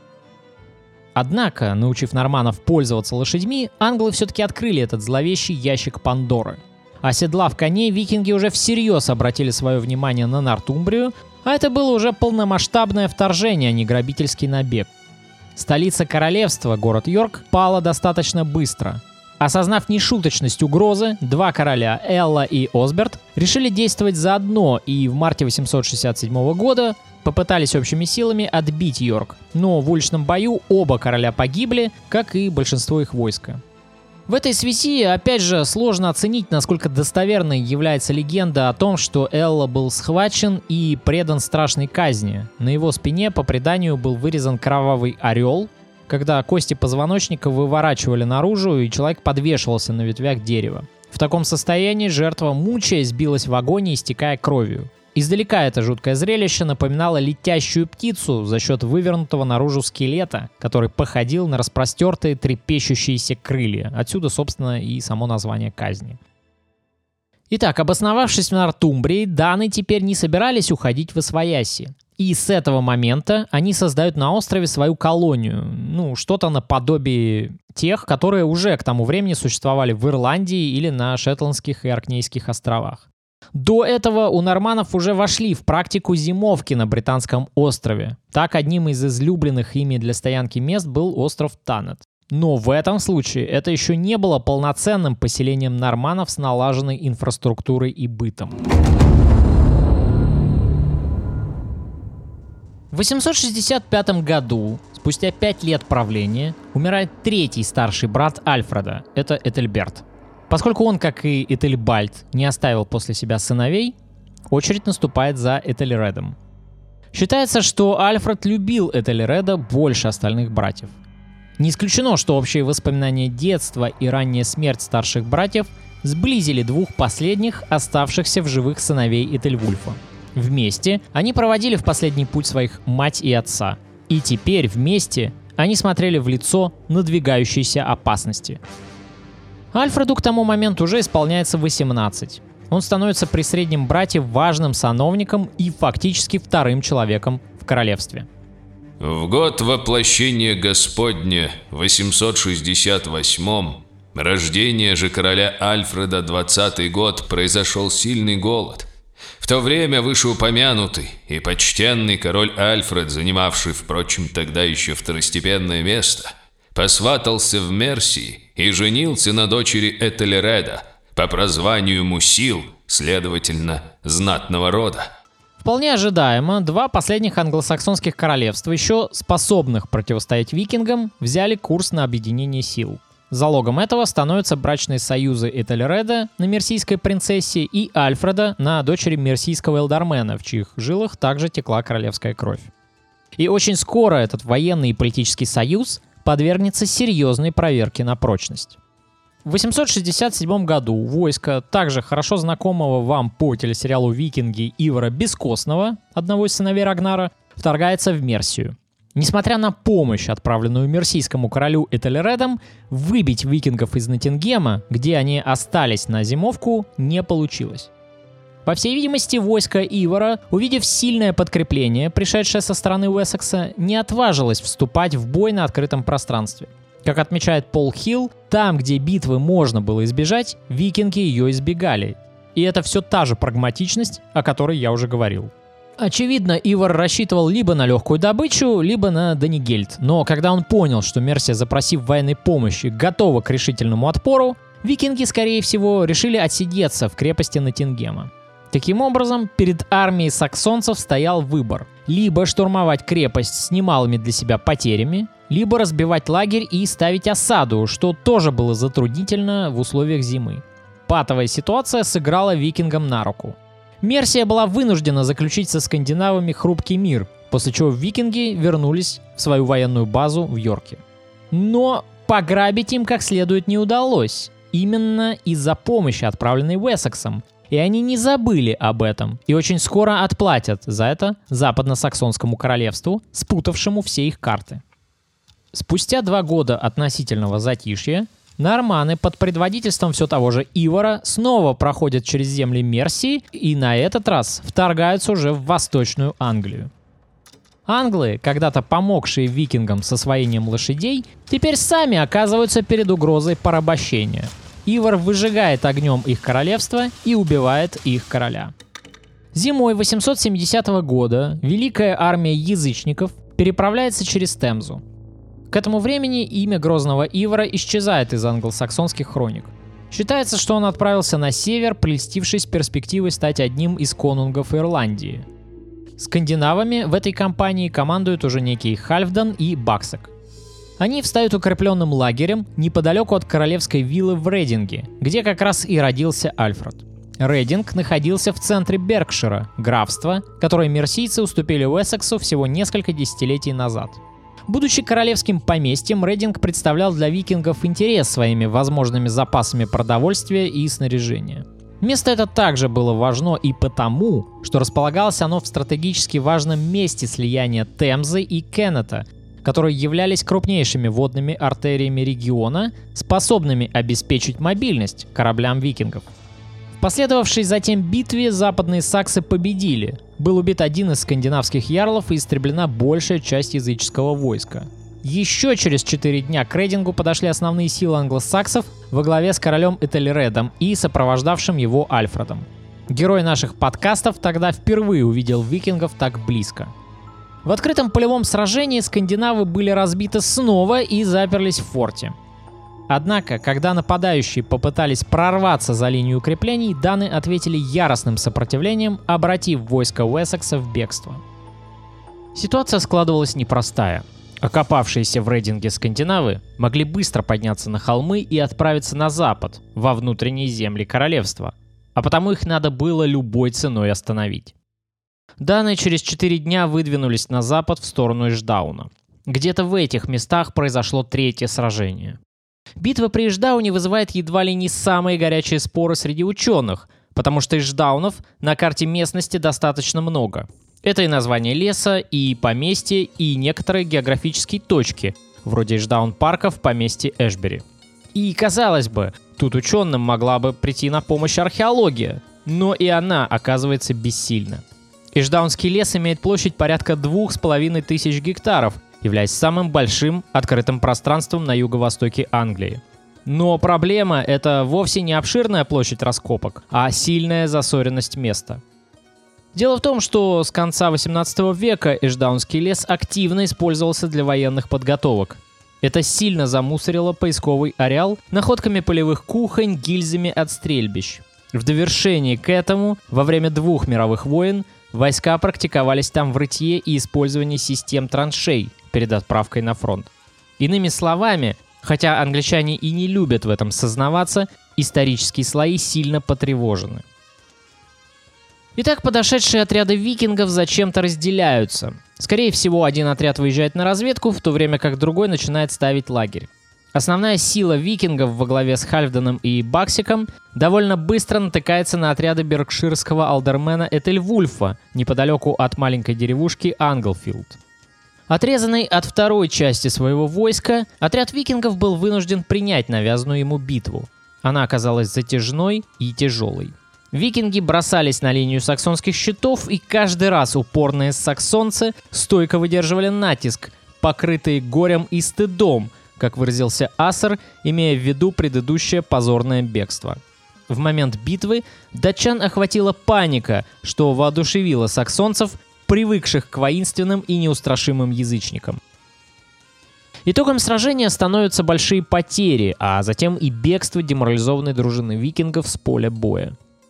Однако, научив норманнов пользоваться лошадьми, англы все-таки открыли этот зловещий ящик Пандоры. Оседлав коней, викинги уже всерьез обратили свое внимание на Нортумбрию, а это было уже полномасштабное вторжение, а не грабительский набег. Столица королевства, город Йорк, пала достаточно быстро. Осознав нешуточность угрозы, два короля, Элла и Осберт, решили действовать заодно и в марте 867 года попытались общими силами отбить Йорк, но в уличном бою оба короля погибли, как и большинство их войска. В этой связи, опять же, сложно оценить, насколько достоверной является легенда о том, что Элла был схвачен и предан страшной казни. На его спине, по преданию, был вырезан кровавый орел, когда кости позвоночника выворачивали наружу, и человек подвешивался на ветвях дерева. В таком состоянии жертва, мучаясь, билась в агонии, истекая кровью. Издалека это жуткое зрелище напоминало летящую птицу за счет вывернутого наружу скелета, который походил на распростертые трепещущиеся крылья. Отсюда, собственно, и само название казни. Итак, обосновавшись в Нортумбрии, даны теперь не собирались уходить в освояси. И с этого момента они создают на острове свою колонию, что-то наподобие тех, которые уже к тому времени существовали в Ирландии или на Шетландских и Оркнейских островах. До этого у норманнов уже вошли в практику зимовки на британском острове. Так, одним из излюбленных ими для стоянки мест был остров Таннет. Но в этом случае это еще не было полноценным поселением норманнов с налаженной инфраструктурой и бытом. В 865 году, спустя 5 лет правления, умирает третий старший брат Альфреда, это Этельберт. Поскольку он, как и Этельбальд, не оставил после себя сыновей, очередь наступает за Этельредом. Считается, что Альфред любил Этельреда больше остальных братьев. Не исключено, что общие воспоминания детства и ранняя смерть старших братьев сблизили двух последних, оставшихся в живых сыновей Этельвульфа. Вместе они проводили в последний путь своих мать и отца. И теперь вместе они смотрели в лицо надвигающейся опасности. Альфреду к тому моменту уже исполняется 18. Он становится при среднем брате важным сановником и фактически вторым человеком в королевстве. В год воплощения Господня, 868-м, рождения же короля Альфреда, 20-й год, произошел сильный голод. В то время вышеупомянутый и почтенный король Альфред, занимавший, впрочем, тогда еще второстепенное место, посватался в Мерсии и женился на дочери Этельреда, по прозванию Мусил, следовательно, знатного рода. Вполне ожидаемо, два последних англосаксонских королевства, еще способных противостоять викингам, взяли курс на объединение сил. Залогом этого становятся брачные союзы Этельреда на мерсийской принцессе и Альфреда на дочери мерсийского элдармена, в чьих жилах также текла королевская кровь. И очень скоро этот военный и политический союз подвергнется серьезной проверке на прочность. В 867 году войско также хорошо знакомого вам по телесериалу «Викинги» Ивара Бескостного, одного из сыновей Рагнара, вторгается в Мерсию. Несмотря на помощь, отправленную мерсийскому королю Этельредом, выбить викингов из Ноттингема, где они остались на зимовку, не получилось. По всей видимости, войско Ивара, увидев сильное подкрепление, пришедшее со стороны Уэссекса, не отважилось вступать в бой на открытом пространстве. Как отмечает Пол Хилл, там, где битвы можно было избежать, викинги ее избегали. И это все та же прагматичность, о которой я уже говорил. Очевидно, Ивар рассчитывал либо на легкую добычу, либо на Данигельд. Но когда он понял, что Мерсия, запросив военной помощи, готова к решительному отпору, викинги, скорее всего, решили отсидеться в крепости Ноттингема. Таким образом, перед армией саксонцев стоял выбор: либо штурмовать крепость с немалыми для себя потерями, либо разбивать лагерь и ставить осаду, что тоже было затруднительно в условиях зимы. Патовая ситуация сыграла викингам на руку. Мерсия была вынуждена заключить со скандинавами хрупкий мир, после чего викинги вернулись в свою военную базу в Йорке. Но пограбить им как следует не удалось, именно из-за помощи, отправленной Уэссексом. И они не забыли об этом, и очень скоро отплатят за это западно-саксонскому королевству, спутавшему все их карты. Спустя 2 года относительного затишья, норманы под предводительством все того же Ивара снова проходят через земли Мерсии и на этот раз вторгаются уже в Восточную Англию. Англы, когда-то помогшие викингам с освоением лошадей, теперь сами оказываются перед угрозой порабощения. Ивар выжигает огнем их королевство и убивает их короля. Зимой 870 года Великая армия язычников переправляется через Темзу. К этому времени имя грозного Ивара исчезает из англосаксонских хроник. Считается, что он отправился на север, прельстившись перспективой стать одним из конунгов Ирландии. Скандинавами в этой кампании командуют уже некие Хальфдан и Баксек. Они встают укрепленным лагерем неподалеку от королевской виллы в Рединге, где как раз и родился Альфред. Рединг находился в центре Беркшира, графства, которое мерсийцы уступили Уэссексу всего несколько десятилетий назад. Будучи королевским поместьем, Рединг представлял для викингов интерес своими возможными запасами продовольствия и снаряжения. Место это также было важно и потому, что располагалось оно в стратегически важном месте слияния Темзы и Кеннета, которые являлись крупнейшими водными артериями региона, способными обеспечить мобильность кораблям викингов. В последовавшей затем битве западные саксы победили. Был убит один из скандинавских ярлов и истреблена большая часть языческого войска. Еще через 4 дня к Редингу подошли основные силы англосаксов во главе с королем Этельредом и сопровождавшим его Альфредом. Герой наших подкастов тогда впервые увидел викингов так близко. В открытом полевом сражении скандинавы были разбиты снова и заперлись в форте. Однако, когда нападающие попытались прорваться за линию укреплений, даны ответили яростным сопротивлением, обратив войско Уэссекса в бегство. Ситуация складывалась непростая. Окопавшиеся в Рединге скандинавы могли быстро подняться на холмы и отправиться на запад, во внутренние земли королевства. а потому их надо было любой ценой остановить. Даны через 4 дня выдвинулись на запад в сторону Эшдауна. Где-то в этих местах произошло третье сражение. Битва при Эшдауне вызывает едва ли не самые горячие споры среди ученых, потому что Эшдаунов на карте местности достаточно много. Это и название леса, и поместье, и некоторые географические точки, вроде Эшдаун-парка в поместье Эшбери. И, казалось бы, тут ученым могла бы прийти на помощь археология, но и она оказывается бессильна. Эшдаунский лес имеет площадь порядка 2500 гектаров, являясь самым большим открытым пространством на юго-востоке Англии. Но проблема — это вовсе не обширная площадь раскопок, а сильная засоренность места. Дело в том, что с конца 18 века Эшдаунский лес активно использовался для военных подготовок. Это сильно замусорило поисковый ареал находками полевых кухонь, гильзами от стрельбищ. В довершение к этому, во время 2 мировых войн, войска практиковались там в рытье и использовании систем траншей перед отправкой на фронт. Иными словами, хотя англичане и не любят в этом сознаваться, исторические слои сильно потревожены. Итак, подошедшие отряды викингов зачем-то разделяются. Скорее всего, один отряд выезжает на разведку, в то время как другой начинает ставить лагерь. Основная сила викингов во главе с Хальфданом и Баксиком довольно быстро натыкается на отряды беркширского алдермена Этельвульфа неподалеку от маленькой деревушки Англфилд. Отрезанный от второй части своего войска, отряд викингов был вынужден принять навязанную ему битву. Она оказалась затяжной и тяжелой. Викинги бросались на линию саксонских щитов, и каждый раз упорные саксонцы стойко выдерживали натиск, покрытые горем и стыдом, как выразился Ассер, имея в виду предыдущее позорное бегство. В момент битвы датчан охватила паника, что воодушевило саксонцев, привыкших к воинственным и неустрашимым язычникам. Итогом сражения становятся большие потери, а затем и бегство деморализованной дружины викингов с поля боя.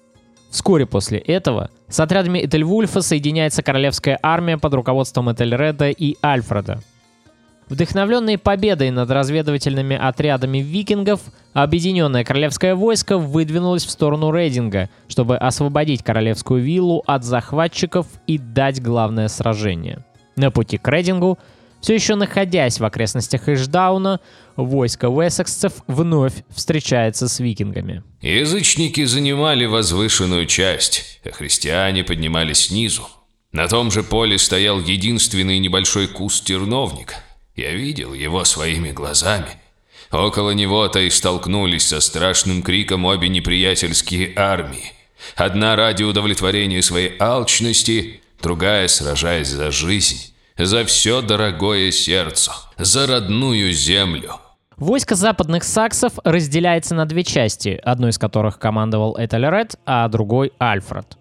Вскоре после этого с отрядами Этельвульфа соединяется королевская армия под руководством Этельреда и Альфреда. Вдохновленные победой над разведывательными отрядами викингов, объединенное королевское войско выдвинулось в сторону Рейдинга, чтобы освободить королевскую виллу от захватчиков и дать главное сражение. На пути к Рейдингу, все еще находясь в окрестностях Эшдауна, войско уэссексцев вновь встречается с викингами. Язычники занимали возвышенную часть, а христиане поднимались снизу. На том же поле стоял единственный небольшой куст терновника. Я видел его своими глазами. Около него-то и столкнулись со страшным криком обе неприятельские армии. Одна ради удовлетворения своей алчности, другая сражаясь за жизнь, за все дорогое сердцу, за родную землю. Войско западных саксов разделяется на 2 части, одной из которых командовал Этельред, а другой Альфред.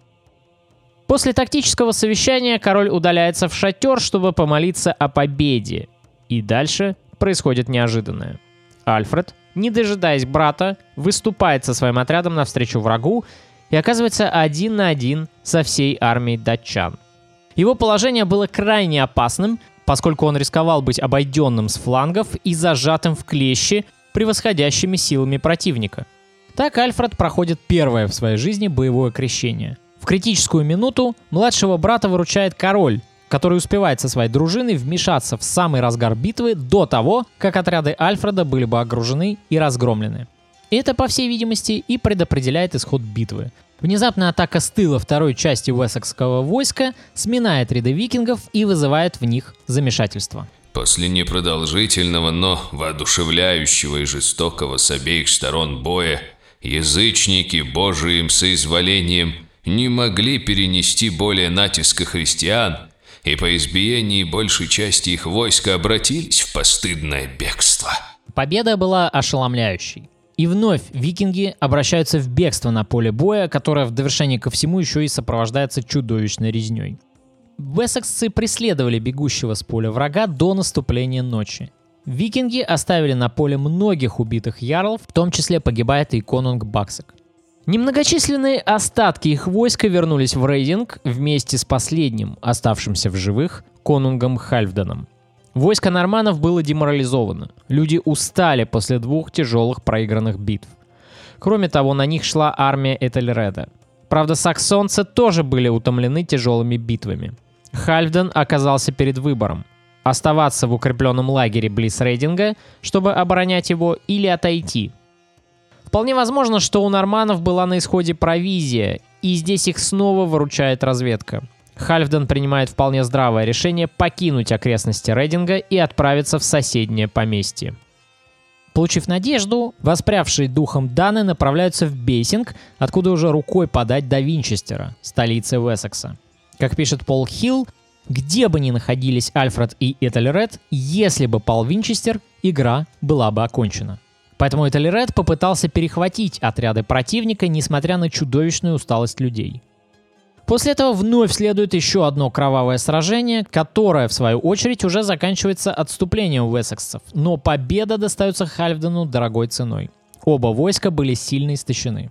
После тактического совещания король удаляется в шатер, чтобы помолиться о победе. И дальше происходит неожиданное. Альфред, не дожидаясь брата, выступает со своим отрядом навстречу врагу и оказывается 1 на 1 со всей армией датчан. Его положение было крайне опасным, поскольку он рисковал быть обойденным с флангов и зажатым в клещи превосходящими силами противника. Так Альфред проходит первое в своей жизни боевое крещение. В критическую минуту младшего брата выручает король, который успевает со своей дружиной вмешаться в самый разгар битвы до того, как отряды Альфреда были бы окружены и разгромлены. Это, по всей видимости, и предопределяет исход битвы. Внезапная атака с тыла второй части уэссексского войска сминает ряды викингов и вызывает в них замешательство. После непродолжительного, но воодушевляющего и жестокого с обеих сторон боя, язычники Божиим соизволением не могли перенести более натиска христиан, и по избиении большей части их войска обратились в постыдное бегство. Победа была ошеломляющей. И вновь викинги обращаются в бегство на поле боя, которое в довершение ко всему еще и сопровождается чудовищной резней. Уэссексцы преследовали бегущего с поля врага до наступления ночи. Викинги оставили на поле многих убитых ярлов, в том числе погибает и конунг Баксик. Немногочисленные остатки их войска вернулись в Рейдинг вместе с последним, оставшимся в живых, конунгом Хальфданом. Войско норманнов было деморализовано. Люди устали после 2 тяжелых проигранных битв. Кроме того, на них шла армия Этельреда. Правда, саксонцы тоже были утомлены тяжелыми битвами. Хальфден оказался перед выбором: оставаться в укрепленном лагере близ Рейдинга, чтобы оборонять его, или отойти. Вполне возможно, что у норманнов была на исходе провизия, и здесь их снова выручает разведка. Хальфден принимает вполне здравое решение покинуть окрестности Рейдинга и отправиться в соседнее поместье. Получив надежду, воспрявшие духом даны направляются в Бейсинг, откуда уже рукой подать до Винчестера, столицы Уэссекса. Как пишет Пол Хилл, где бы ни находились Альфред и Этельред, если бы пал Винчестер, игра была бы окончена. Поэтому Этельред попытался перехватить отряды противника, несмотря на чудовищную усталость людей. После этого вновь следует еще одно кровавое сражение, которое, в свою очередь, уже заканчивается отступлением уэссексцев, но победа достается Хальфдену дорогой ценой. Оба войска были сильно истощены.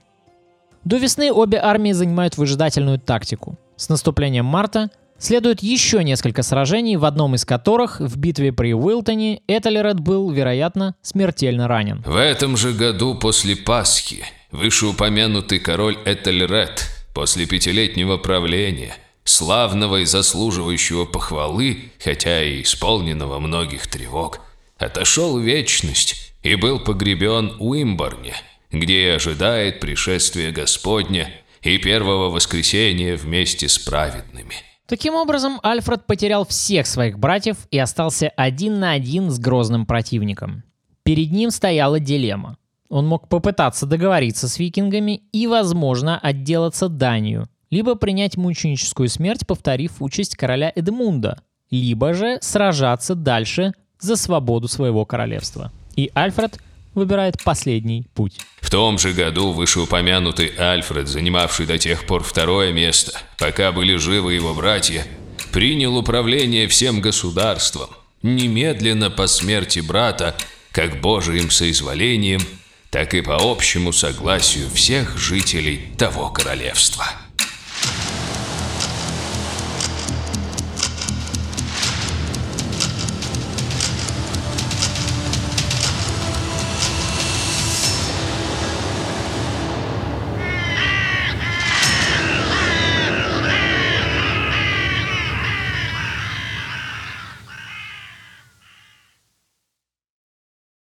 До весны обе армии занимают выжидательную тактику. С наступлением марта следует еще несколько сражений, в одном из которых, в битве при Уилтоне, Этельред был, вероятно, смертельно ранен. В этом же году после Пасхи вышеупомянутый король Этельред после 5-летнего правления, славного и заслуживающего похвалы, хотя и исполненного многих тревог, отошел в вечность и был погребен в Уимборне, где и ожидает пришествия Господня и первого воскресения вместе с праведными. Таким образом, Альфред потерял всех своих братьев и остался один на один с грозным противником. Перед ним стояла дилемма. Он мог попытаться договориться с викингами и, возможно, отделаться данью, либо принять мученическую смерть, повторив участь короля Эдмунда, либо же сражаться дальше за свободу своего королевства. И Альфред выбирает последний путь. В том же году вышеупомянутый Альфред, занимавший до тех пор второе место, пока были живы его братья, принял управление всем государством, немедленно по смерти брата, как Божиим соизволением, так и по общему согласию всех жителей того королевства.